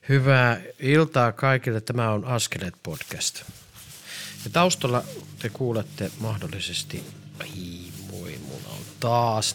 Hyvää iltaa kaikille. Tämä on Askeleet podcast. Ja taustalla te kuulette mahdollisesti, mulla on taas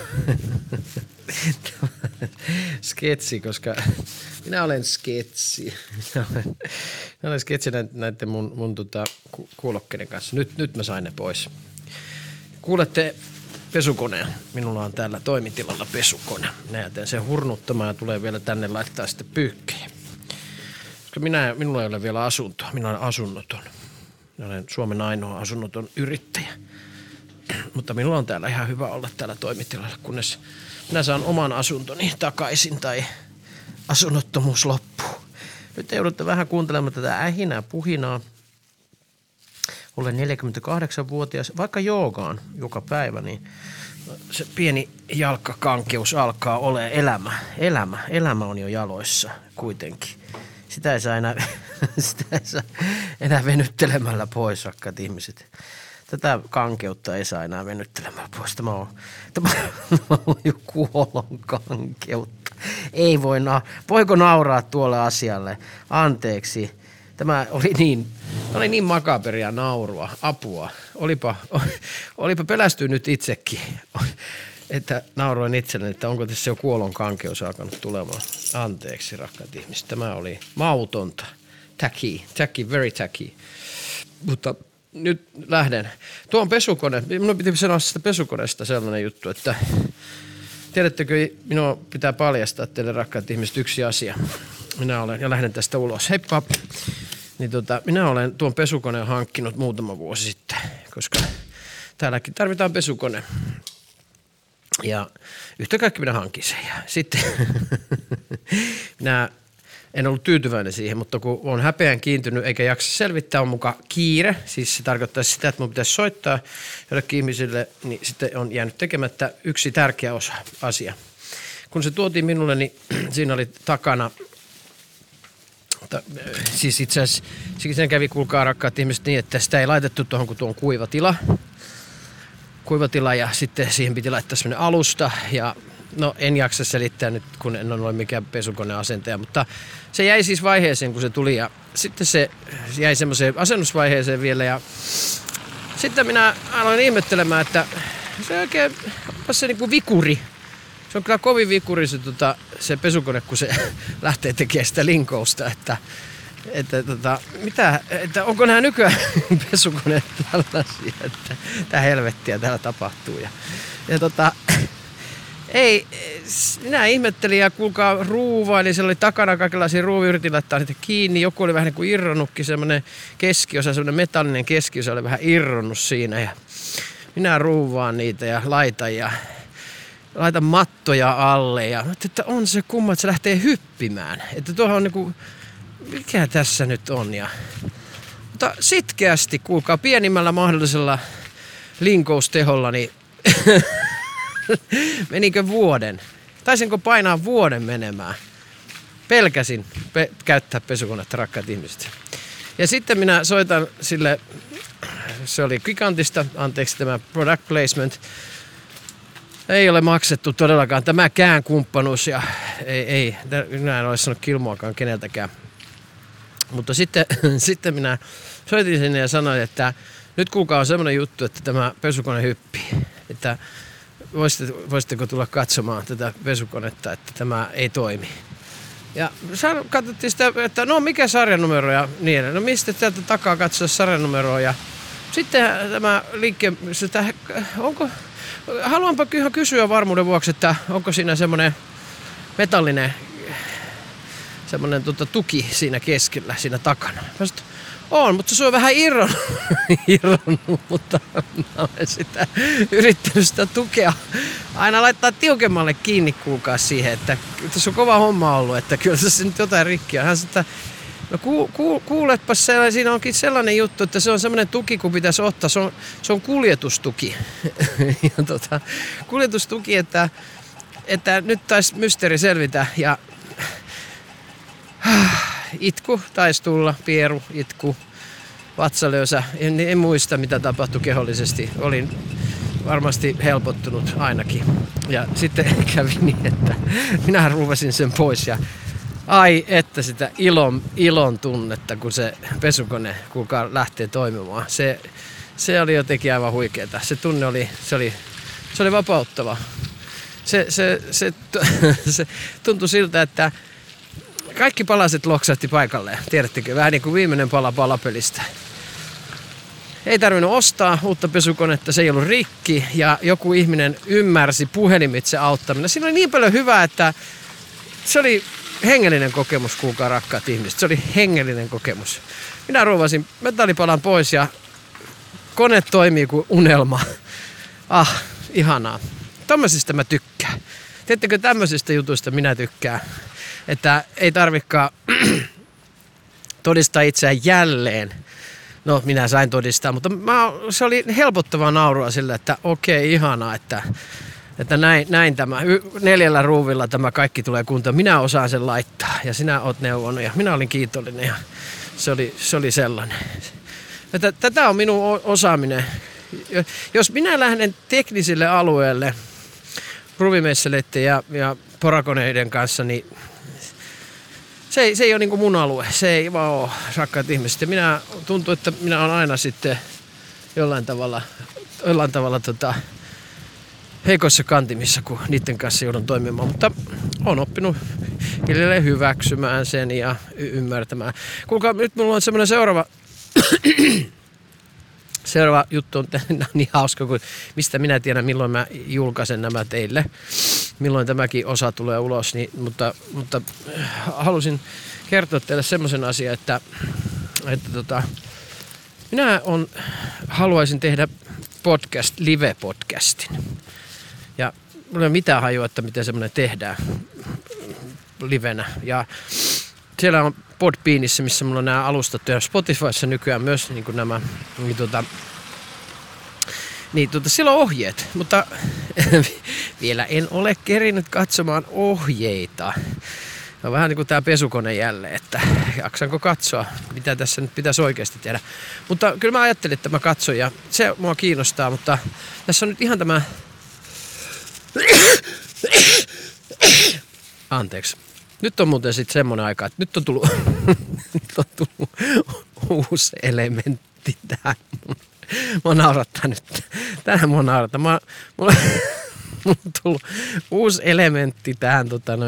sketsi, koska minä olen sketsi. Minä olen sketsi näiden mun kuulokkeiden kanssa. Nyt mä sain ne pois. Kuulette pesukoneen. Minulla on täällä toimitilalla pesukone. Minä jätän sen hurnuttamaan ja tulee vielä tänne laittaa sitten pyykkejä. Koska minulla ei ole vielä asuntoa. Minä olen asunnoton. Minä olen Suomen ainoa asunnoton yrittäjä. Mutta minulla on täällä ihan hyvä olla täällä toimitilalla, kunnes minä saan oman asuntoni takaisin tai asunnottomuus loppuu. Nyt te joudutte vähän kuuntelemaan tätä ähinää puhinaa. Olen 48-vuotias, vaikka joogaan joka päivä, niin se pieni jalkakankeus alkaa olla elämä on jo jaloissa kuitenkin. Sitä ei saa enää venyttelemällä pois, rakkaat ihmiset. Tätä kankeutta ei saa enää venyttelemällä pois. Tämä on jo kuolon kankeutta. Ei voiko nauraa tuolle asialle? Anteeksi. Tämä oli niin makaberia naurua, apua. Olipa pelästynyt itsekin, että nauroin itselleni, että onko tässä jo kuolon kankeus alkanut tulemaan. Anteeksi, rakkaat ihmiset. Tämä oli mautonta. Tacky, very tacky. Mutta nyt lähden. Tuo on pesukone. Minun piti sanoa sitä pesukoneesta sellainen juttu, että tiedättekö, minua pitää paljastaa teille, rakkaat ihmiset, yksi asia. Minä olen, ja lähden tästä ulos. Heippa! Niin minä olen tuon pesukoneen hankkinut muutama vuosi sitten, koska täälläkin tarvitaan pesukone. Ja yhtä kaikki minä hankin sen. Ja sitten minä en ollut tyytyväinen siihen, mutta kun on häpeän kiintynyt eikä jaksa selvittää, on muka kiire. Siis se tarkoittaa sitä, että minun pitäisi soittaa jollekin ihmisille, niin sitten on jäänyt tekemättä yksi tärkeä asia. Kun se tuotiin minulle, niin siinä oli takana, siis itse asiassa sen kävi, kuulkaa rakkaat ihmiset, niin että sitä ei laitettu tuohon, kun tuo on kuivatila ja sitten siihen piti laittaa semmoinen alusta ja no en jaksa selittää nyt, kun en ole mikään pesukoneasentaja, mutta se jäi siis vaiheeseen, kun se tuli ja sitten se jäi semmoiseen asennusvaiheeseen vielä ja sitten minä aloin ihmettelemään, että se oikein onpas se niinku vikuri. Se on kyllä kovin vikuri se pesukone, kun se lähtee tekemään sitä linkousta, että onko nämä nykyään pesukoneet tällaisia, että tää helvettiä täällä tapahtuu. Ei, minä ihmettelin ja kuulkaa ruuvailin, siellä oli takana kaikenlaisia ruuvia, yritin laittaa niitä kiinni, joku oli vähän niin kuin irronnutkin, semmoinen keskiosa, semmoinen metallinen keskiosa oli vähän irronnut siinä ja minä ruuvaan niitä ja laitan mattoja alle ja että on se kumma, että se lähtee hyppimään. Että tuohon on niinku, mikä tässä nyt on. Mutta sitkeästi, kuulkaa, pienimmällä mahdollisella linkousteholla, niin menikö vuoden? Taisinko painaa vuoden menemään? Pelkäsin käyttää pesukonetta, rakkaat ihmiset. Ja sitten minä soitan sille, se oli Gigantista, anteeksi tämä product placement, ei ole maksettu todellakaan tämäkään kumppanuus ja ei minä en ole sanonut kilmoakaan keneltäkään. Mutta sitten minä soitin sinne ja sanoin, että nyt kuulkaa on semmoinen juttu, että tämä pesukone hyppii. Että voisitteko tulla katsomaan tätä pesukonetta, että tämä ei toimi. Ja katsottiin sitä, että no mikä sarjanumero ja niin. No mistä täältä takaa katsoa sarjanumeroa ja sitten tämä liikke, haluanpa ihan kysyä varmuuden vuoksi, että onko siinä semmoinen metallinen semmoinen tuki siinä keskellä, siinä takana. On, mutta se on vähän irronnut, mutta olen sitä yrittänyt sitä tukea aina laittaa tiukemmalle kiinni kuulkaa siihen, että tässä on kova homma ollut, että kyllä tässä nyt jotain rikkiä. Hän sanoi, että no kuuletpas, siinä onkin sellainen juttu, että se on semmoinen tuki, kun pitäisi ottaa, se on kuljetustuki. Ja kuljetustuki, että nyt taisi mysteeri selvitä ja itku taisi tulla, pieru, itku, vatsalöysä, en muista mitä tapahtui kehollisesti, olin varmasti helpottunut ainakin. Ja sitten kävi niin, että minä ruuvasin sen pois ja Ai, että sitä ilon tunnetta, kun se pesukone kukaan lähtee toimimaan. Se oli jotenkin aivan huikeeta. Se tunne oli vapauttava. Se tuntui siltä, että kaikki palaset loksahti paikalleen. Tiedättekö, vähän niin kuin viimeinen pala palapelistä. Ei tarvinnut ostaa uutta pesukonetta, se ei ollut rikki ja joku ihminen ymmärsi puhelimitse auttaminen. Siinä oli niin paljon hyvää, että se oli hengellinen kokemus, kuulkaa rakkaat ihmiset. Se oli hengellinen kokemus. Minä ruuvasin metallipalan pois ja kone toimii kuin unelma. Ihanaa. Tommosista mä tykkään. Tiedättekö, tämmöisistä jutuista minä tykkään. Että ei tarvikaan todistaa itseään jälleen. No, minä sain todistaa, mutta se oli helpottavaa naurua sillä, että okei, ihanaa, että näin tämä 4 ruuvilla tämä kaikki tulee kuntoon. Minä osaan sen laittaa ja sinä oot neuvonut ja minä olin kiitollinen ja se oli sellainen. Tätä on minun osaaminen. Jos minä lähden teknisille alueelle ruuvimeisseleiden ja porakoneiden kanssa, niin se ei ole niin kuin mun alue. Se ei vaan ole, rakkaat ihmiset. Ja tuntuu, että minä olen aina sitten jollain tavalla heikoissa kantimissa, kun niiden kanssa joudun toimimaan. Mutta olen oppinut hiljalleen hyväksymään sen ja ymmärtämään. Kuulkaa, nyt mulla on semmoinen seuraava juttu on niin hauska, kun mistä minä tiedän, milloin mä julkaisen nämä teille. Milloin tämäkin osa tulee ulos, niin, mutta halusin kertoa teille semmoisen asian, että minä haluaisin tehdä live-podcastin. Ja mulla ei ole mitään hajua, että miten semmoinen tehdään livenä. Ja siellä on Podbeanissä, missä mulla on nämä alustat ja Spotifyssa nykyään myös niin kuin nämä, siellä on ohjeet, mutta vielä en ole kerinyt katsomaan ohjeita. On vähän niin kuin tämä pesukone jälleen, että jaksanko katsoa, mitä tässä nyt pitäisi oikeasti tehdä. Mutta kyllä mä ajattelin, että mä katson ja se mua kiinnostaa, mutta tässä on nyt ihan tämä... Anteeksi. Nyt on muuten sitten semmoinen aika, että nyt on tullut uusi elementti tähän. Mua naurattaa nyt. Tähän mua naurattaa. Mulla on tullut uusi elementti tähän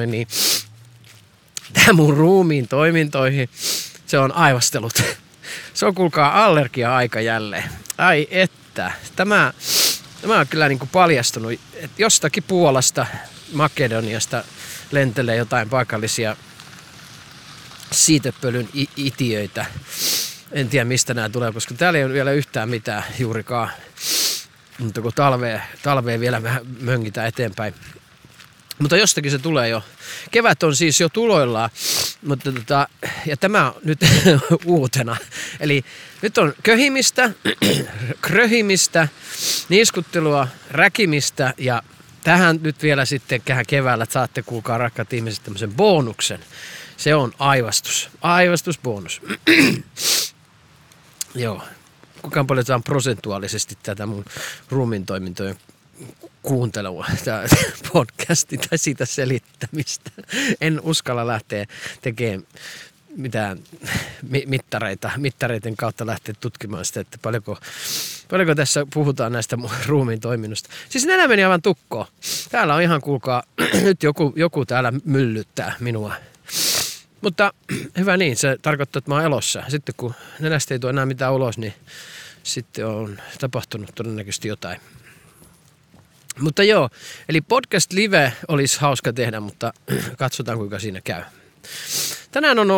tähän mun ruumiin toimintoihin. Se on aivastelut. Se on kuulkaa allergia-aika jälleen. Ai että. Tämä on kyllä niin kuin paljastunut, että jostakin Puolasta, Makedoniasta lentelee jotain paikallisia siitepölyn itiöitä. En tiedä mistä nämä tulee, koska täällä ei ole vielä yhtään mitään juurikaan. Mutta kun talvea vielä vähän möngitään eteenpäin. Mutta jostakin se tulee jo. Kevät on siis jo tuloillaan, mutta ja tämä on nyt uutena. Eli nyt on köhimistä, kröhimistä, niiskuttelua, räkimistä ja tähän nyt vielä sitten keväällä saatte, kuulkaa rakkaat ihmiset, tämmöisen bonuksen. Se on aivastus. Aivastusbonus. Joo. Kuinka paljon tämä on prosentuaalisesti tätä mun ruumiin toimintojen kuuntelua, tämä podcasti tai siitä selittämistä. En uskalla lähteä tekemään mitään mittareiden kautta lähteä tutkimaan sitä, että paljonko tässä puhutaan näistä ruumiin toiminnosta. Siis nämä meni aivan tukkoon. Täällä on ihan, kuulkaa, nyt joku täällä myllyttää minua. Mutta hyvä niin, se tarkoittaa, että mä oon elossa. Sitten kun nenästä ei tule enää mitään ulos, niin sitten on tapahtunut todennäköisesti jotain. Mutta joo, eli podcast live olisi hauska tehdä, mutta katsotaan kuinka siinä käy. Tänään on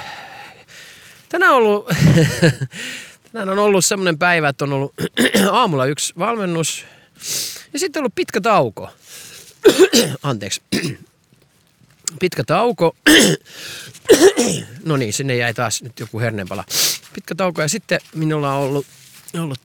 ollut semmoinen päivä, että on ollut aamulla yksi valmennus ja sitten on ollut pitkä tauko. Anteeksi. Pitkä tauko. No niin, sinne jäi taas nyt joku herneenpala. Pitkä tauko ja sitten minulla on ollut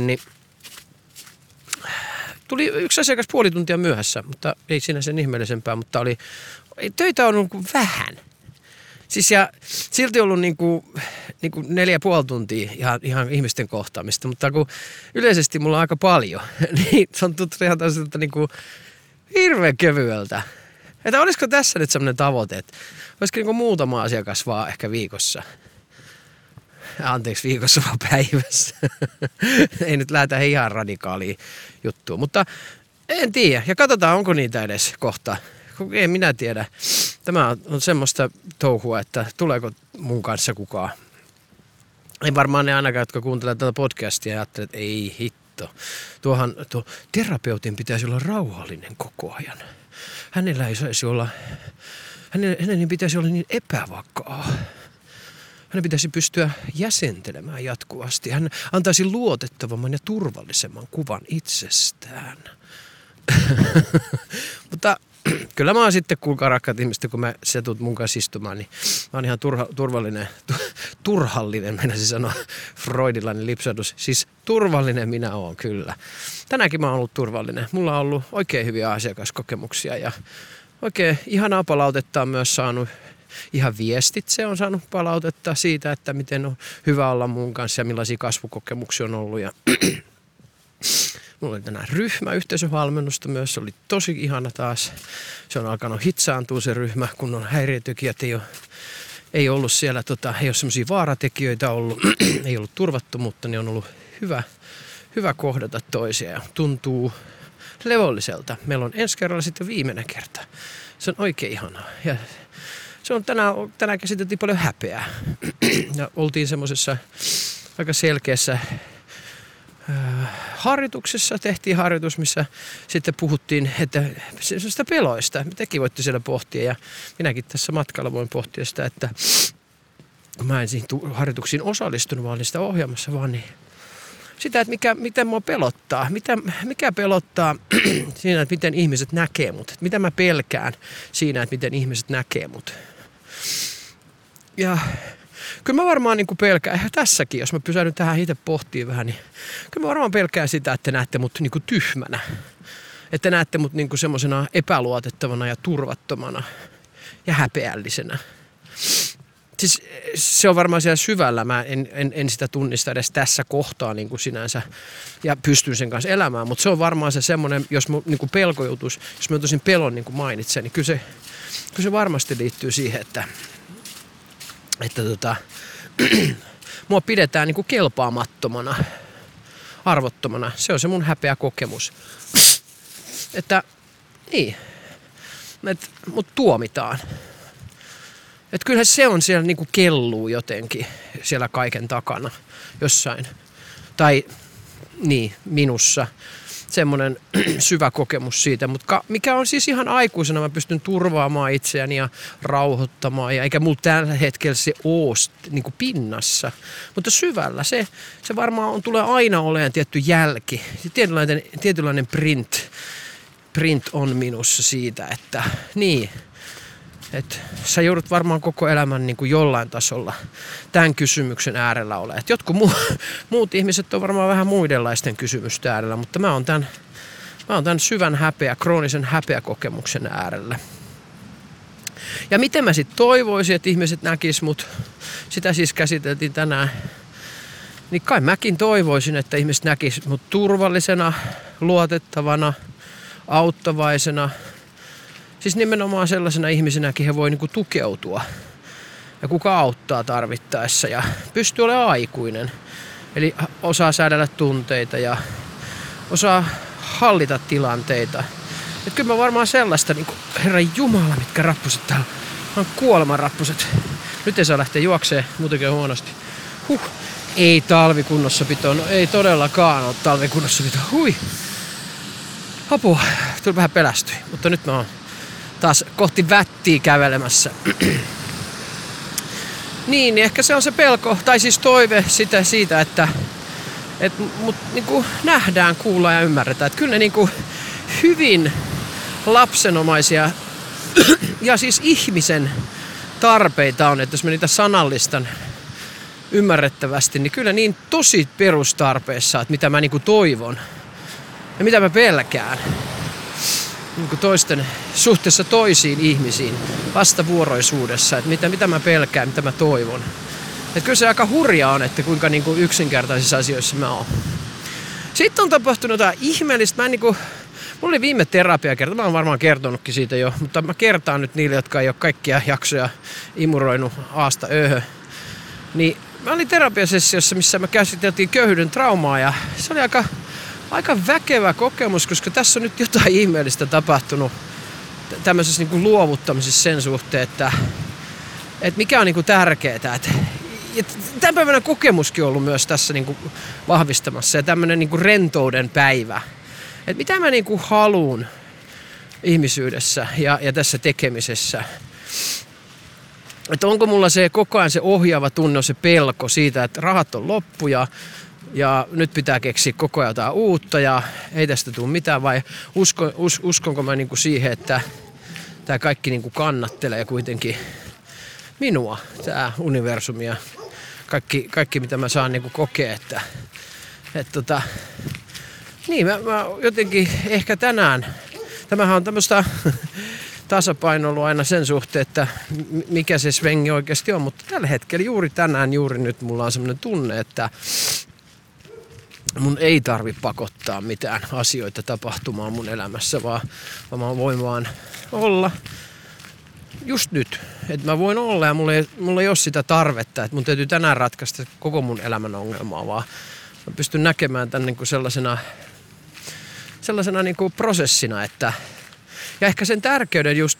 tuli yksi asiakas puoli tuntia myöhässä, mutta ei siinä sen ihmeellisempää, mutta töitä on ollut vähän. Siis ja silti ollut niin kuin 4,5 tuntia ihan ihmisten kohtaamista, mutta kun yleisesti mulla on aika paljon, niin se on tuttu ihan tällaiselta niin kuin hirveän kevyeltä. Että olisiko tässä nyt sellainen tavoite, että olisiko niinku muutama asiakas vaan ehkä viikossa. Anteeksi, viikossa vaan päivässä. Ei nyt lähdetä ihan radikaaliin juttuun, mutta en tiedä. Ja katsotaan, onko niitä edes kohta. Ei minä tiedä. Tämä on semmoista touhua, että tuleeko mun kanssa kukaan. Ei varmaan ne ainakaan, jotka kuuntelevat tätä podcastia ja ajattelevat, että ei hitto. Tuo terapeutin pitäisi olla rauhallinen koko ajan. Hänellä ei saisi olla, hänen pitäisi olla niin epävakaa. Hänen pitäisi pystyä jäsentelemään jatkuvasti. Hän antaisi luotettavamman ja turvallisemman kuvan itsestään. Mutta kyllä mä oon sitten, kuulkaa rakkaat ihmiset, kun sä tulet mun kanssa istumaan, niin mä oon ihan turhallinen, mennäisin sanoa, freudilainen lipsadus. Siis turvallinen minä oon kyllä. Tänäänkin mä oon ollut turvallinen. Mulla on ollut oikein hyviä asiakaskokemuksia ja oikein ihanaa palautetta on myös saanut. Ihan viestitse on saanut palautetta siitä, että miten on hyvä olla mun kanssa ja millaisia kasvukokemuksia on ollut. Ja mulla oli tänään yhteisövalmennusta myös, se oli tosi ihana taas. Se on alkanut hitsaantua se ryhmä, kun on häiriötekijät, ei ollut siellä, ei ole semmoisia vaaratekijöitä ollut, ei ollut turvattomuutta, niin on ollut hyvä kohdata toisia ja tuntuu levolliselta. Meillä on ensi kerralla sitten viimeinen kerta. Se on oikein ihanaa. Ja se on tänään käsiteltiin paljon häpeää. Ja oltiin semmoisessa aika selkeässä harjoituksessa. Tehtiin harjoitus, missä sitten puhuttiin että sitä peloista. Tekin voitte siellä pohtia ja minäkin tässä matkalla voin pohtia sitä, että mä en siihen harjoituksiin osallistunut, vaan sitä ohjaamassa vaan niin. Sitä, että miten mua pelottaa. Mikä pelottaa siinä, että miten ihmiset näkee mut. Mitä mä pelkään siinä, että miten ihmiset näkee mut. Ja kyllä mä varmaan niin kuin pelkään, eihän tässäkin, jos mä pysähdyn tähän itse pohtiin vähän, niin kyllä mä varmaan pelkään sitä, että näette mut niin kuin tyhmänä. Että näette mut niin kuin semmosena epäluotettavana ja turvattomana ja häpeällisenä. Siis se on varmaan siellä syvällä, mä en sitä tunnista edes tässä kohtaa niin kuin sinänsä ja pystyn sen kanssa elämään, mutta se on varmaan se semmoinen, jos mä niin kuin pelkojutus, jos mä tosin pelon niin kuin mainitsen, niin kyllä se varmasti liittyy siihen, että mua pidetään niin kuin kelpaamattomana, arvottomana. Se on se mun häpeä kokemus. Että niin, että mut tuomitaan. Että kyllähän se on siellä niinku kelluu jotenkin siellä kaiken takana jossain. Tai niin, minussa semmoinen syvä kokemus siitä. Mutta mikä on siis ihan aikuisena, mä pystyn turvaamaan itseäni ja rauhoittamaan. Ja eikä mulla tällä hetkellä se ole niinku pinnassa. Mutta syvällä se varmaan tulee aina olemaan tietty jälki. Tietynlainen print on minussa siitä, että niin. Että sä joudut varmaan koko elämän niin kuin jollain tasolla tämän kysymyksen äärellä ole. Et jotkut muut ihmiset on varmaan vähän muidenlaisten kysymysten äärellä, mutta mä oon tämän syvän kroonisen häpeäkokemuksen äärellä. Ja miten mä sitten toivoisin, että ihmiset näkis mut, sitä siis käsiteltiin tänään, niin kai mäkin toivoisin, että ihmiset näkis mut turvallisena, luotettavana, auttavaisena. Siis nimenomaan sellaisena ihmisenäkin he voi niinku tukeutua ja kuka auttaa tarvittaessa ja pystyy olemaan aikuinen. Eli osaa säädellä tunteita ja osaa hallita tilanteita. Et kyllä mä varmaan sellaista, niinku, Herran Jumala, mitkä rappuset täällä on kuolemanrappuset. Nyt ei saa lähteä juokseen, muutenkin on huonosti. Ei talvikunnossapito, no ei todellakaan ole talvikunnossapito. Hui, apua, tuli vähän pelästyi, mutta nyt mä oon taas kohti vättiä kävelemässä. Niin ehkä se on se pelko, tai siis toive siitä, että mut niinku nähdään, kuullaan ja ymmärretään. Että kyllä ne niinku hyvin lapsenomaisia ja siis ihmisen tarpeita on, että jos mä niitä sanallistan ymmärrettävästi, niin kyllä niin tosi perustarpeissa, että mitä mä niinku toivon ja mitä mä pelkään. Niin toisten suhteessa toisiin ihmisiin vastavuoroisuudessa, että mitä mä pelkään, mitä mä toivon. Että kyllä se aika hurjaa on, että kuinka niin kuin yksinkertaisissa asioissa mä oon. Sitten on tapahtunut jotain ihmeellistä. Mulla oli viime terapiakerta, mä oon varmaan kertonutkin siitä jo, mutta mä kertaan nyt niille, jotka ei ole kaikkia jaksoja imuroinut aasta ööhön. Niin mä olin terapiasessiossa, missä me käsiteltiin köyhyyden traumaa ja se oli aika väkevä kokemus, koska tässä on nyt jotain ihmeellistä tapahtunut tämmöisessä niin kuin luovuttamisessa sen suhteen, että mikä on niin kuin tärkeää. Tämän päivänä kokemuskin on ollut myös tässä niin kuin vahvistamassa ja tämmöinen niin kuin rentouden päivä. Että mitä mä niin kuin haluun ihmisyydessä ja tässä tekemisessä. Että onko mulla se koko ajan se ohjaava tunne, se pelko siitä, että rahat on loppu ja nyt pitää keksiä koko ajan jotain uutta ja ei tästä tule mitään, vai uskonko mä niinku siihen, että tämä kaikki niinku kannattelee kuitenkin minua, tämä universumi ja kaikki mitä mä saan niinku kokea, niin mä jotenkin ehkä tänään, tämähän on tämmöistä tasapainoilua aina sen suhteen, että mikä se svengi oikeasti on, mutta tällä hetkellä juuri tänään, juuri nyt mulla on semmoinen tunne, että mun ei tarvi pakottaa mitään asioita tapahtumaan mun elämässä, vaan mä voin vaan olla just nyt. Että mä voin olla ja mulla ei ole sitä tarvetta, että mun täytyy tänään ratkaista koko mun elämän ongelmaa, vaan mä pystyn näkemään tämän niin kuin sellaisena niin kuin prosessina, että ja ehkä sen tärkeyden just,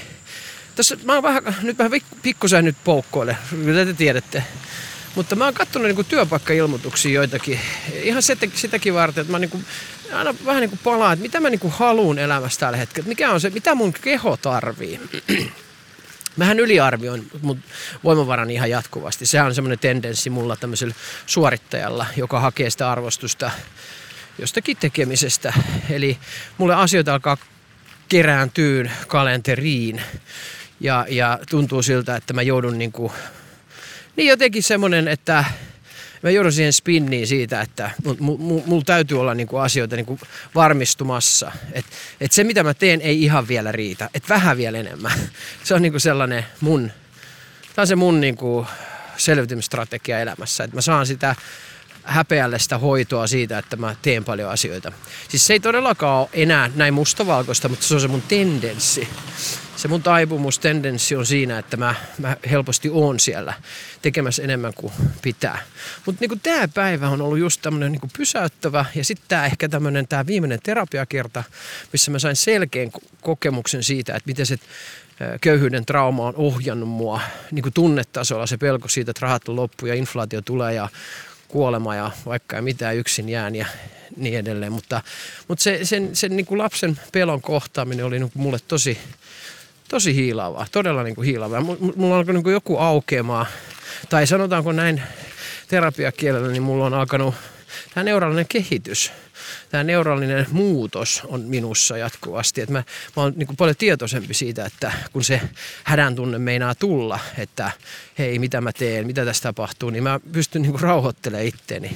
mä oon vähän pikkusen nyt poukkoile, mitä te tiedätte. Mutta mä oon katsonut niinku työpaikkailmoituksia joitakin, ihan sitäkin varten, että mä niinku, aina vähän niinku palaan, että mitä mä niinku haluun elämässä tällä hetkellä, mikä on se, mitä mun keho tarvii. Mähän yliarvioin mun voimavarani ihan jatkuvasti. Sehän on semmoinen tendenssi mulla tämmöisellä suorittajalla, joka hakee sitä arvostusta jostakin tekemisestä. Eli mulle asioita alkaa kerääntyyn kalenteriin ja tuntuu siltä, että mä joudun niin jotenkin semmoinen, että mä joudun siihen spinniin siitä, että mulla täytyy olla niinku asioita niinku varmistumassa. Että se mitä mä teen ei ihan vielä riitä, että vähän vielä enemmän. Se on niinku sellainen tää on se mun niinku selviytymisstrategia elämässä, että mä saan sitä häpeällistä hoitoa siitä, että mä teen paljon asioita. Siis se ei todellakaan ole enää näin mustavalkoista, mutta se on se mun tendenssi. Se mun taipumus-tendenssi on siinä, että mä helposti oon siellä tekemässä enemmän kuin pitää. Mutta niinku tää päivä on ollut just tämmönen niinku pysäyttävä ja sitten tää viimeinen terapiakerta, missä mä sain selkeän kokemuksen siitä, että miten se köyhyyden trauma on ohjannut mua niinku tunnetasolla. Se pelko siitä, että rahat on loppu ja inflaatio tulee ja kuolema ja vaikka ei mitään yksin jään ja niin edelleen. Mutta sen niin kuin lapsen pelon kohtaaminen oli niin kuin mulle tosi hiilaavaa, todella niin kuin hiilaavaa. Mulla on alkanut niin kuin joku aukeamaan, tai sanotaanko näin terapiakielellä, niin mulla on alkanut tämä neuraalinen kehitys. Tämä neuraalinen muutos on minussa jatkuvasti. Että mä oon niin kuin paljon tietoisempi siitä, että kun se hädän tunne meinaa tulla, että hei, mitä mä teen, mitä tässä tapahtuu, niin mä pystyn niin kuin rauhoittelemaan itteni.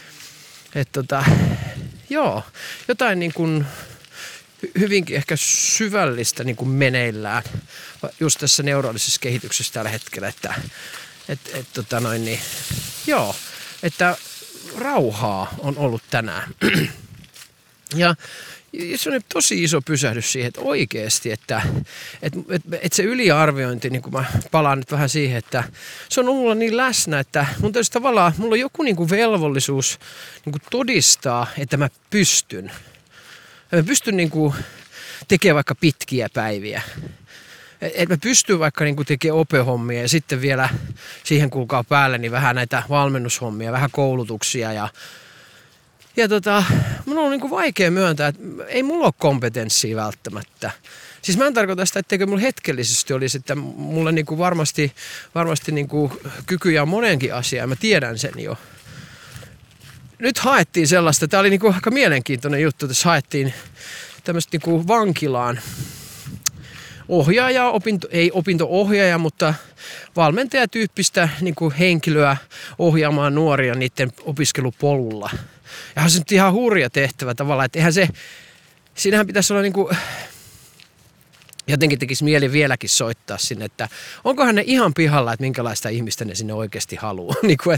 Että joo, jotain niin kuin hyvinkin ehkä syvällistä niin kuin meneillään just tässä neuraalisessa kehityksessä tällä hetkellä, että rauhaa on ollut tänään. Ja se on tosi iso pysähdys siihen, että oikeasti, että se yliarviointi, niin kuin mä palaan nyt vähän siihen, että se on mulla niin läsnä, että mun täytyy tavallaan, mulla on joku niin kuin velvollisuus niin kuin todistaa, että mä pystyn. Mä pystyn niin kuin tekemään vaikka pitkiä päiviä. Että mä pystyn vaikka niin kuin tekemään opehommia ja sitten vielä siihen kuulkaa päälle niin vähän näitä valmennushommia, vähän koulutuksia ja mun on niin kuin vaikea myöntää, että ei mulla ole kompetenssia välttämättä. Siis mä en tarkoita sitä, etteikö mulla hetkellisesti olisi, että mulla niin kuin varmasti niin kuin kykyjä on moneenkin asiaan, mä tiedän sen jo. Nyt haettiin sellaista, tää oli niin kuin aika mielenkiintoinen juttu, että haettiin tämmöistä niin kuin vankilaan ohjaaja, ei opinto-ohjaaja, mutta valmentajatyyppistä niin kuin henkilöä ohjaamaan nuoria niiden opiskelupolulla. Ja se on ihan hurja tehtävä tavallaan, että eihän se, siinähän pitäisi olla niin kuin jotenkin tekisi mieli vieläkin soittaa sinne, että onkohan ne ihan pihalla, että minkälaista ihmistä ne sinne oikeasti haluaa. Niin kuin,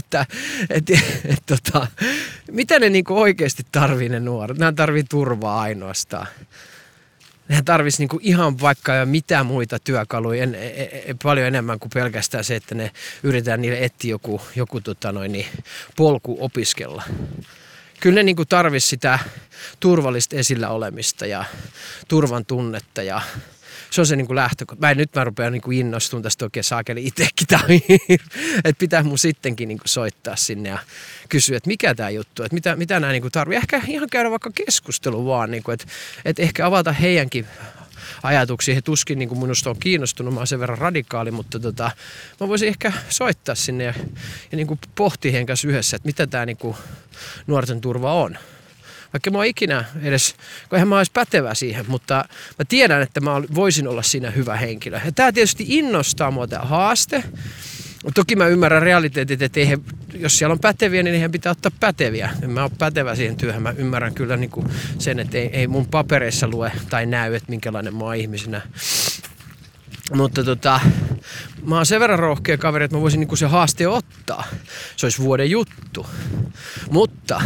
mitä ne niin kuin oikeasti tarvii ne nuoret? Nämä tarvii turvaa ainoastaan. Nehän tarvitsisi niin kuin ihan vaikka ja mitä muita työkaluja, paljon enemmän kuin pelkästään se, että ne yritetään niille etsiä joku polku opiskella. Kyllä ne niin kuin tarvitsisi sitä turvallista esillä olemista ja turvan tunnetta ja se on se niin kuin lähtökohta. Mä rupean niin kuin innostumaan tästä oikein saakeli itsekin. Että pitää mun sittenkin niin kuin soittaa sinne ja kysyä, että mikä tämä juttu, että mitä nämä niin kuin tarvitsee. Ehkä ihan käydä vaikka keskustelu vaan, niin kuin, että ehkä avata heidänkin ajatuksia. He tuskin niin kuin minusta on kiinnostunut, mä oon sen verran radikaali, mutta mä voisin ehkä soittaa sinne ja niin kuin pohtia heidän kanssa yhdessä, että mitä tämä niin kuin nuorten turva on. Vaikka mä oon ikinä edes, kun eihän mä ois pätevä siihen, mutta mä tiedän, että mä voisin olla siinä hyvä henkilö. Ja tää tietysti innostaa mua tää haaste. Toki mä ymmärrän realiteetit, että jos siellä on päteviä, niin heidän pitää ottaa päteviä. En mä oon pätevä siihen työhön. Mä ymmärrän kyllä niin kuin sen, että ei mun papereissa lue tai näy, että minkälainen mä oon ihmisenä. Mutta mä oon sen verran rohkea kaveri, että mä voisin niinku se haaste ottaa. Se olisi vuoden juttu. Mutta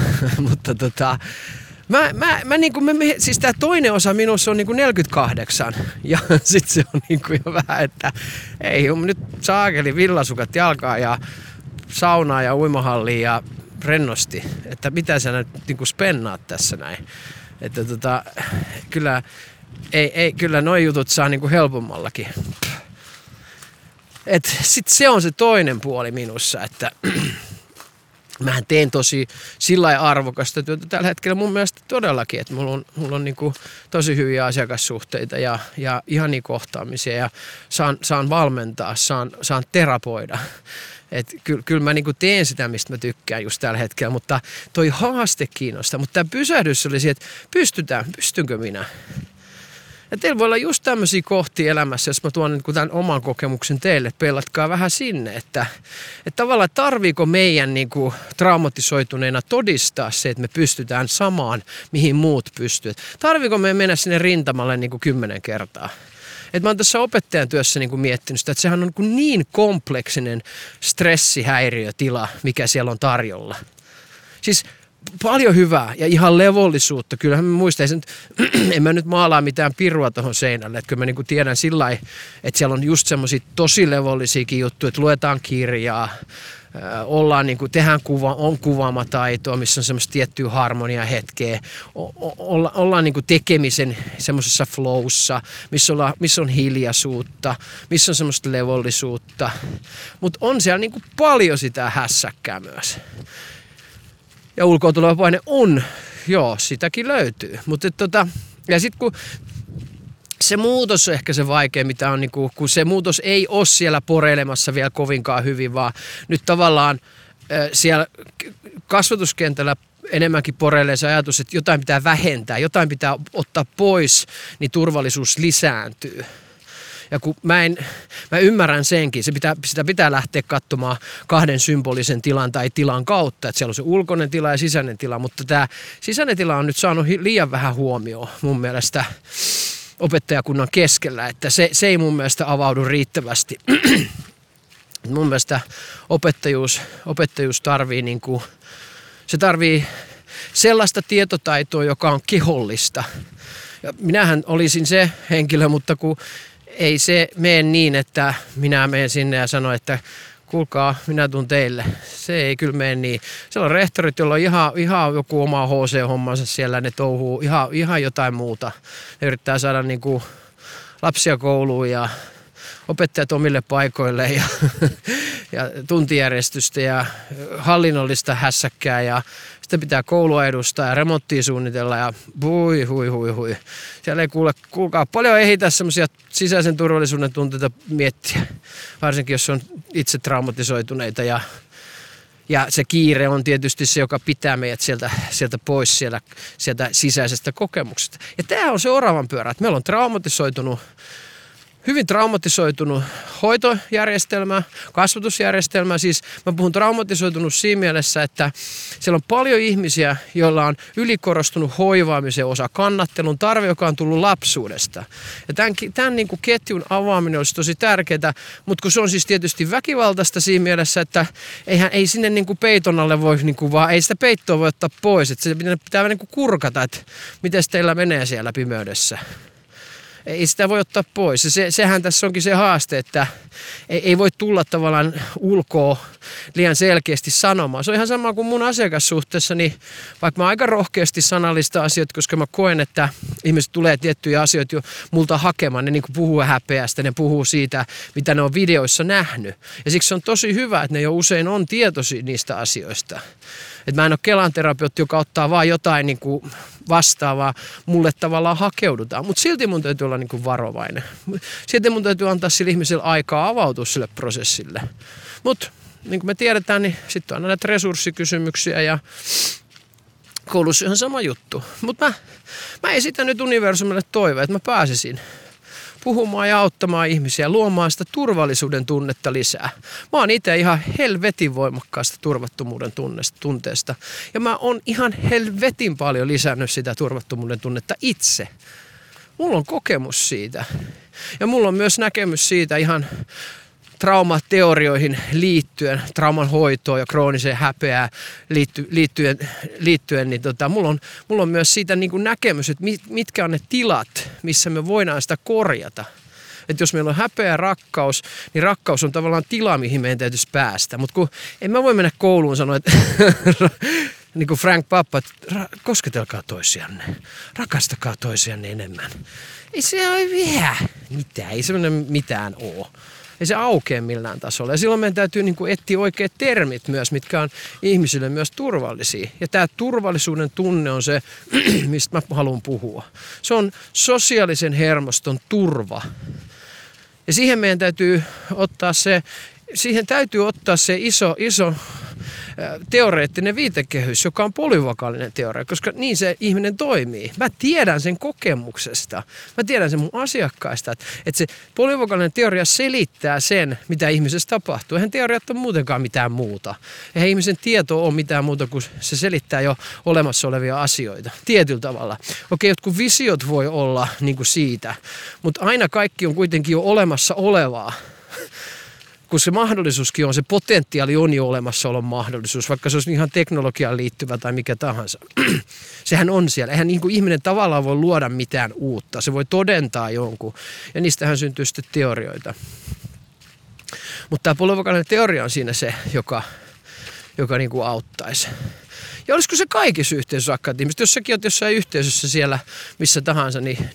siis tää toinen osa minussa on niinku 48 ja sit se on niinku jo vähän, että ei nyt saakeli villasukat jalkaa ja saunaa ja uimahalliin ja rennosti, että mitä sä nyt niinku spennaat tässä näin. Että kyllä noi jutut saa niinku helpommallakin. Et sit se on se toinen puoli minussa, että mähän teen tosi sillä arvokasta työtä tällä hetkellä mun mielestä todellakin, että mulla on niinku tosi hyviä asiakassuhteita ja ihania kohtaamisia ja saan valmentaa, saan terapoida. Että kyllä mä niinku teen sitä, mistä mä tykkään just tällä hetkellä, mutta toi haaste kiinnostaa. Mutta tämä pysähdys oli se, että pystynkö minä? Ja teillä voi olla just tämmöisiä kohtia elämässä, jos mä tuon nyt tämän oman kokemuksen teille, pelatkaa vähän sinne, että tavallaan tarviiko meidän niin kuin traumatisoituneena todistaa se, että me pystytään samaan, mihin muut pystyvät. Tarviiko me mennä sinne rintamalle niin kuin 10 kertaa? Et mä oon tässä opettajan työssä niin kuin miettinyt sitä, että sehän on niin kompleksinen stressihäiriötila, mikä siellä on tarjolla. Siis paljon hyvää ja ihan levollisuutta. Kyllähän mä muistan, en mä nyt maalaa mitään pirua tuohon seinälle. Että kyllä mä niinku tiedän sillä lailla, että siellä on just semmoisia tosi levollisiakin juttuja, että luetaan kirjaa, ollaan niinku, tehdään on kuvaamataitoa, missä on semmoista tiettyä harmonia hetkeä, ollaan niinku tekemisen semmoisessa flowssa, missä on hiljaisuutta, missä on semmoista levollisuutta. Mutta on siellä niinku paljon sitä hässäkkää myös. Ja ulkoa tuleva paine on, joo, sitäkin löytyy. Mutta ja sitten kun se muutos on ehkä se vaikea, mitä on, niinku, kun se muutos ei ole siellä poreilemassa vielä kovinkaan hyvin, vaan nyt tavallaan siellä kasvatuskentällä enemmänkin poreilee se ajatus, että jotain pitää vähentää, jotain pitää ottaa pois, niin turvallisuus lisääntyy. Ja kun mä ymmärrän senkin, sitä pitää lähteä katsomaan 2 symbolisen tilan tai tilan kautta, että siellä on se ulkoinen tila ja sisäinen tila, mutta tämä sisäinen tila on nyt saanut liian vähän huomioon mun mielestä opettajakunnan keskellä, että se ei mun mielestä avaudu riittävästi. Mun mielestä opettajuus tarvii niinku, se tarvii sellaista tietotaitoa, joka on kehollista. Ja minähän olisin se henkilö, mutta kun ei se mene niin, että minä menen sinne ja sanon, että kuulkaa, minä tuun teille. Se ei kyllä mene niin. Siellä on rehtorit, joilla on ihan joku oma HC-hommansa siellä, ne touhuu ihan jotain muuta. Ne yrittää saada niinku lapsia kouluun ja opettajat omille paikoille ja tuntijärjestystä ja hallinnollista hässäkkää ja sitten pitää koulua edustaa ja remonttia suunnitella ja hui. Siellä ei kuulkaa paljon ehitä semmoisia sisäisen turvallisuuden tunteita miettiä, varsinkin jos on itse traumatisoituneita ja se kiire on tietysti se, joka pitää meidät sieltä pois sieltä sisäisestä kokemuksesta. Ja tämä on se oravan pyörä, että meillä on traumatisoitunut hyvin traumatisoitunut hoitojärjestelmä, kasvatusjärjestelmä. Siis mä puhun traumatisoitunut siinä mielessä, että siellä on paljon ihmisiä, joilla on ylikorostunut hoivaamisen osa, kannattelun tarve, joka on tullut lapsuudesta. Ja tämän niin kuin ketjun avaaminen olisi tosi tärkeää, mutta kun se on siis tietysti väkivaltaista siinä mielessä, että ei sinne niin kuin peiton alle voi, niin kuin vaan ei sitä peittoa voi ottaa pois. Että se pitää niin kuin kurkata, että miten teillä menee siellä pimeydessä. Ei sitä voi ottaa pois. Sehän tässä onkin se haaste, että ei voi tulla tavallaan ulkoa liian selkeästi sanomaan. Se on ihan sama kuin mun asiakassuhteessa, niin vaikka mä aika rohkeasti sanallistan asioita, koska mä koen, että ihmiset tulee tiettyjä asioita jo multa hakemaan. Ne niin kuin puhuu häpeästä, ne puhuu siitä, mitä ne on videoissa nähnyt. Ja siksi on tosi hyvä, että ne jo usein on tietoisia niistä asioista. Että mä en ole Kelan terapeutti, joka ottaa vaan jotain niin kuin vastaavaa, mulle tavallaan hakeudutaan. Mutta silti mun täytyy olla niin kuin varovainen. Silti mun täytyy antaa sille ihmiselle aikaa avautua sille prosessille. Mutta niin kuin me tiedetään, niin sitten on aina näitä resurssikysymyksiä ja koulussa on ihan sama juttu. Mutta mä esitän nyt universumille toiveen, että mä pääsisin puhumaan ja auttamaan ihmisiä, luomaan sitä turvallisuuden tunnetta lisää. Mä oon itse ihan helvetin voimakkaasta turvattomuuden tunteesta. Ja mä oon ihan helvetin paljon lisännyt sitä turvattomuuden tunnetta itse. Mulla on kokemus siitä. Ja mulla on myös näkemys siitä ihan traumateorioihin liittyen, trauman hoitoon ja krooniseen häpeään liittyen niin mulla on myös siitä niin kuin näkemys, että mitkä on ne tilat, missä me voidaan sitä korjata. Että jos meillä on häpeä ja rakkaus, niin rakkaus on tavallaan tila, mihin meidän täytyisi päästä. Mutta kun en mä voi mennä kouluun sanoa, että niin kuin Frank Zappa, että kosketelkaa toisianne, rakastakaa toisianne enemmän. Ei se ole vielä mitään, ei semmoinen mitään ole. Ei se aukea millään tasolla. Ja silloin meidän täytyy niin kuin etsiä oikeat termit myös, mitkä on ihmisille myös turvallisia. Ja tämä turvallisuuden tunne on se, mistä mä haluan puhua. Se on sosiaalisen hermoston turva. Ja siihen meidän täytyy ottaa se iso teoreettinen viitekehys, joka on polyvokaalinen teoria, koska niin se ihminen toimii. Mä tiedän sen kokemuksesta. Mä tiedän sen mun asiakkaista, että se polyvokaalinen teoria selittää sen, mitä ihmisessä tapahtuu. Eihän teoriat ole muutenkaan mitään muuta. Eihän ihmisen tieto ole mitään muuta, kuin se selittää jo olemassa olevia asioita. Tietyllä tavalla. Okei, jotkut visiot voi olla niin kuin siitä, mutta aina kaikki on kuitenkin jo olemassa olevaa. Kun se mahdollisuuskin on, se potentiaali on jo olemassaolon mahdollisuus, vaikka se olisi ihan teknologiaan liittyvä tai mikä tahansa. Sehän on siellä. Eihän niin kuin ihminen tavallaan voi luoda mitään uutta. Se voi todentaa jonkun, ja niistähän syntyy sitten teorioita. Mutta tämä polyvokaalinen teoria on siinä se, joka niin kuin auttaisi. Ja olisiko se kaikissa yhteisössä, rakkaat ihmiset? Jos säkin olet jossain yhteisössä siellä, missä tahansa,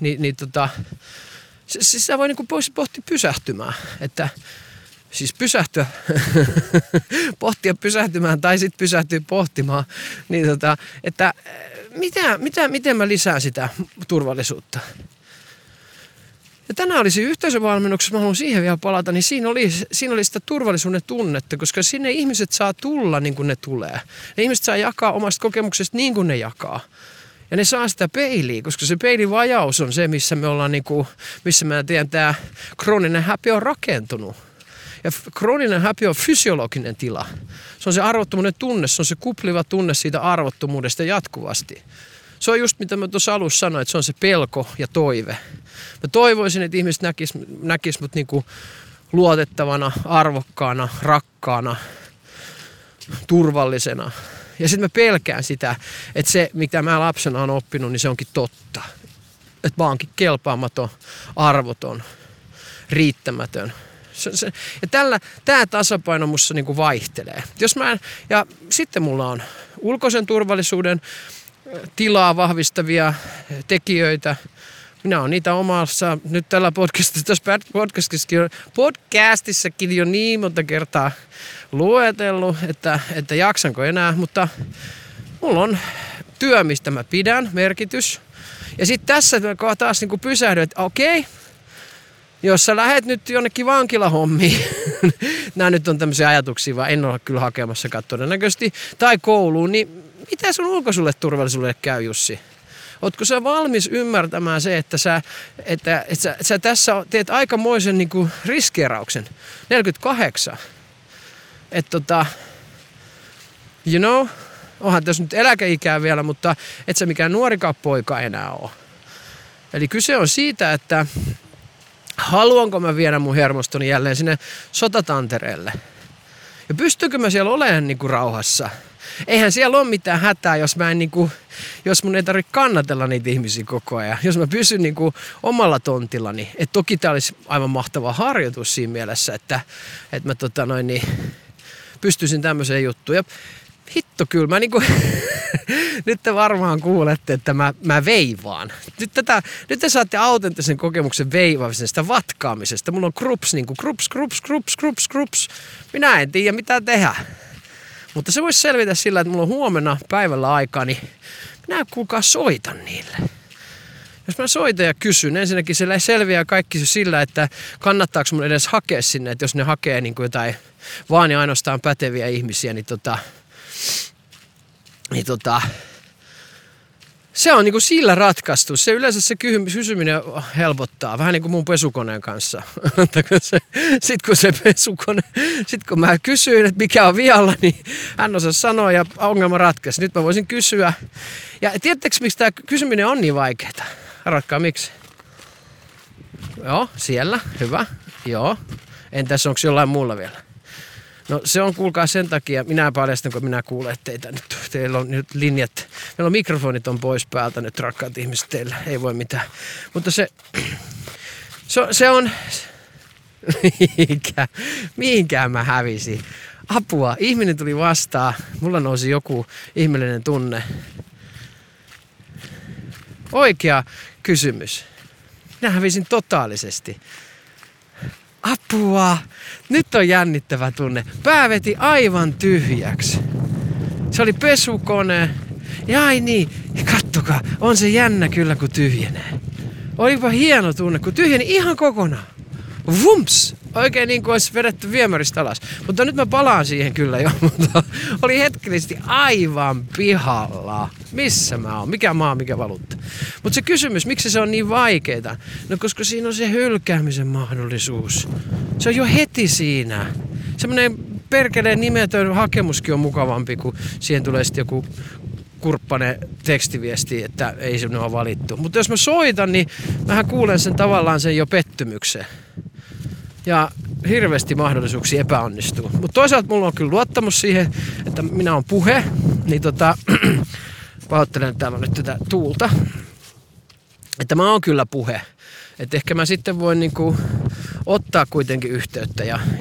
sitä voi niin kuin pohtia pysähtymään, että siis pysähtyä, pohtia pysähtymään tai sitten pysähtyä pohtimaan, niin että miten mä lisään sitä turvallisuutta. Ja tänään olisi yhteisövalmennuksessa, mä haluan siihen vielä palata, niin siinä oli sitä turvallisuuden tunnetta, koska sinne ihmiset saa tulla niin kuin ne tulee. Ne ihmiset saa jakaa omasta kokemuksesta niin kuin ne jakaa. Ja ne saa sitä peiliä, koska se peilivajaus on se, missä me ollaan, niin kuin, missä mä tiedän, tämä krooninen häpeä on rakentunut. Ja krooninen häpeä on fysiologinen tila. Se on se arvottomuuden tunne, se on se kupliva tunne siitä arvottomuudesta jatkuvasti. Se on just mitä mä tuossa alussa sanoin, että se on se pelko ja toive. Mä toivoisin, että ihmiset näkis mut niinku luotettavana, arvokkaana, rakkaana, turvallisena. Ja sitten mä pelkään sitä, että se, mitä mä lapsena olen oppinut, niin se onkin totta. Että mä oonkin kelpaamaton, arvoton, riittämätön. Ja tämä tasapaino musta niinku vaihtelee. Ja sitten mulla on ulkoisen turvallisuuden tilaa vahvistavia tekijöitä. Minä olen niitä omassa, nyt tällä podcastissakin jo niin monta kertaa luetellut, että jaksanko enää, mutta mulla on työ, mistä mä pidän, merkitys. Ja sitten tässä taas niinku pysähdyn, että okei, jos sä lähet nyt jonnekin vankilahommiin, nämä nyt on tämmöisiä ajatuksia, vaan en ole kyllä hakemassa todennäköisesti, tai kouluun, niin mitä sun ulkoisuudelle turvallisuudelle käy, Jussi? Ootko sä valmis ymmärtämään se, että sä tässä teet aikamoisen niin kuin riskeerauksen? 48. Että you know, onhan tässä nyt eläkeikää vielä, mutta et sä mikään nuorikaan poika enää ole. Eli kyse on siitä, että haluanko mä viedä mun hermostoni jälleen sinne sotatantereelle. Ja pystyykö mä siellä olemaan niin kuin rauhassa? Eihän siellä ole mitään hätää, jos mun ei tarvitse kannatella niitä ihmisiä koko ajan. Jos mä pysyn niin kuin omalla tontillani. Et toki tää olisi aivan mahtava harjoitus siinä mielessä, että mä pystyisin tämmöiseen juttuun. Ja hitto kyllä, mä niinku, nyt te varmaan kuulette, että mä veivaan. Nyt te saatte autenttisen kokemuksen veivaamisesta, vatkaamisesta. Mulla on krups, niinku krups. Minä en tiedä mitä tehdä. Mutta se voisi selvitä sillä, että mulla on huomenna päivällä aikaa, niin minä kuulkaa soitan niille. Jos mä soitan ja kysyn, ensinnäkin se selviää kaikki sillä, että kannattaako mun edes hakea sinne, että jos ne hakee niin kuin jotain vaan ja ainoastaan päteviä ihmisiä, niin se on niinku sillä ratkaistu. Se yleensä se kysyminen helpottaa. Vähän niin kuin mun pesukoneen kanssa. Sitten kun mä kysyin, että mikä on vialla, niin hän osasi sanoa ja ongelma ratkaisi. Nyt mä voisin kysyä. Ja tiedättekö, miksi tämä kysyminen on niin vaikeaa? Arvatkaa miksi? Joo, siellä. Hyvä. Joo. Entäs onko jollain muulla vielä? No se on kuulkaa sen takia, minä paljastan, kun minä kuulen teitä nyt. Teillä on nyt linjat, meillä on mikrofonit on pois päältä nyt, rakkaat ihmiset, teillä ei voi mitään. Mutta se on, mihinkään mä hävisin. Apua, ihminen tuli vastaan, mulla nousi joku ihmeellinen tunne. Oikea kysymys. Minä hävisin totaalisesti. Apua! Nyt on jännittävä tunne. Pää veti aivan tyhjäksi. Se oli pesukone. Ja ai niin, kattokaa, on se jännä kyllä kun tyhjenee. Olipa hieno tunne, kun tyhjeni ihan kokonaan. Vumps! Oikein niin kuin olisi vedetty viemäristä alas. Mutta nyt mä palaan siihen kyllä jo, mutta oli hetkellisesti aivan pihalla. Missä mä oon? Mikä maa, mikä valuutta? Mutta se kysymys, miksi se on niin vaikeeta? No koska siinä on se hylkäämisen mahdollisuus. Se on jo heti siinä. Semmoinen perkeleen nimetön hakemuskin on mukavampi, kun siihen tulee sitten joku kurppane tekstiviesti, että ei se ole valittu. Mutta jos mä soitan, niin mähän kuulen sen tavallaan sen jo pettymyksen. Ja hirveästi mahdollisuuksia epäonnistuu. Mutta toisaalta mulla on kyllä luottamus siihen, että minä on puhe. Niin pahoittelen, että täällä on nyt tätä tuulta. Että mä oon kyllä puhe. Että ehkä mä sitten voin niinku ottaa kuitenkin yhteyttä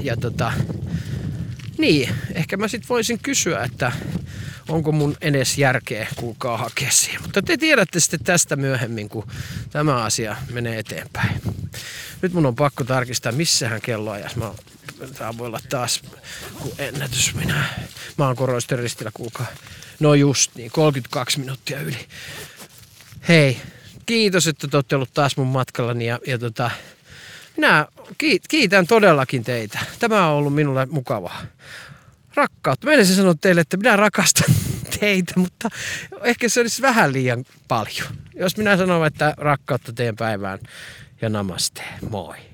niin, ehkä mä sitten voisin kysyä, että onko mun edes järkeä kuulkaa hakea siihen. Mutta te tiedätte sitten tästä myöhemmin, kun tämä asia menee eteenpäin. Nyt mun on pakko tarkistaa, missähän kelloajassa. Tää voi olla taas ennätys. Mä oon Koroisten ristillä, kuulkaa. No just niin, 32 minuuttia yli. Hei, kiitos, että te olette ollut taas mun matkallani minä kiitän todellakin teitä. Tämä on ollut minulle mukavaa. Rakkautta. Meidän se sanoo teille, että minä rakastan teitä, mutta ehkä se olisi vähän liian paljon. Jos minä sanon, että rakkautta teidän päivään ja namaste. Moi.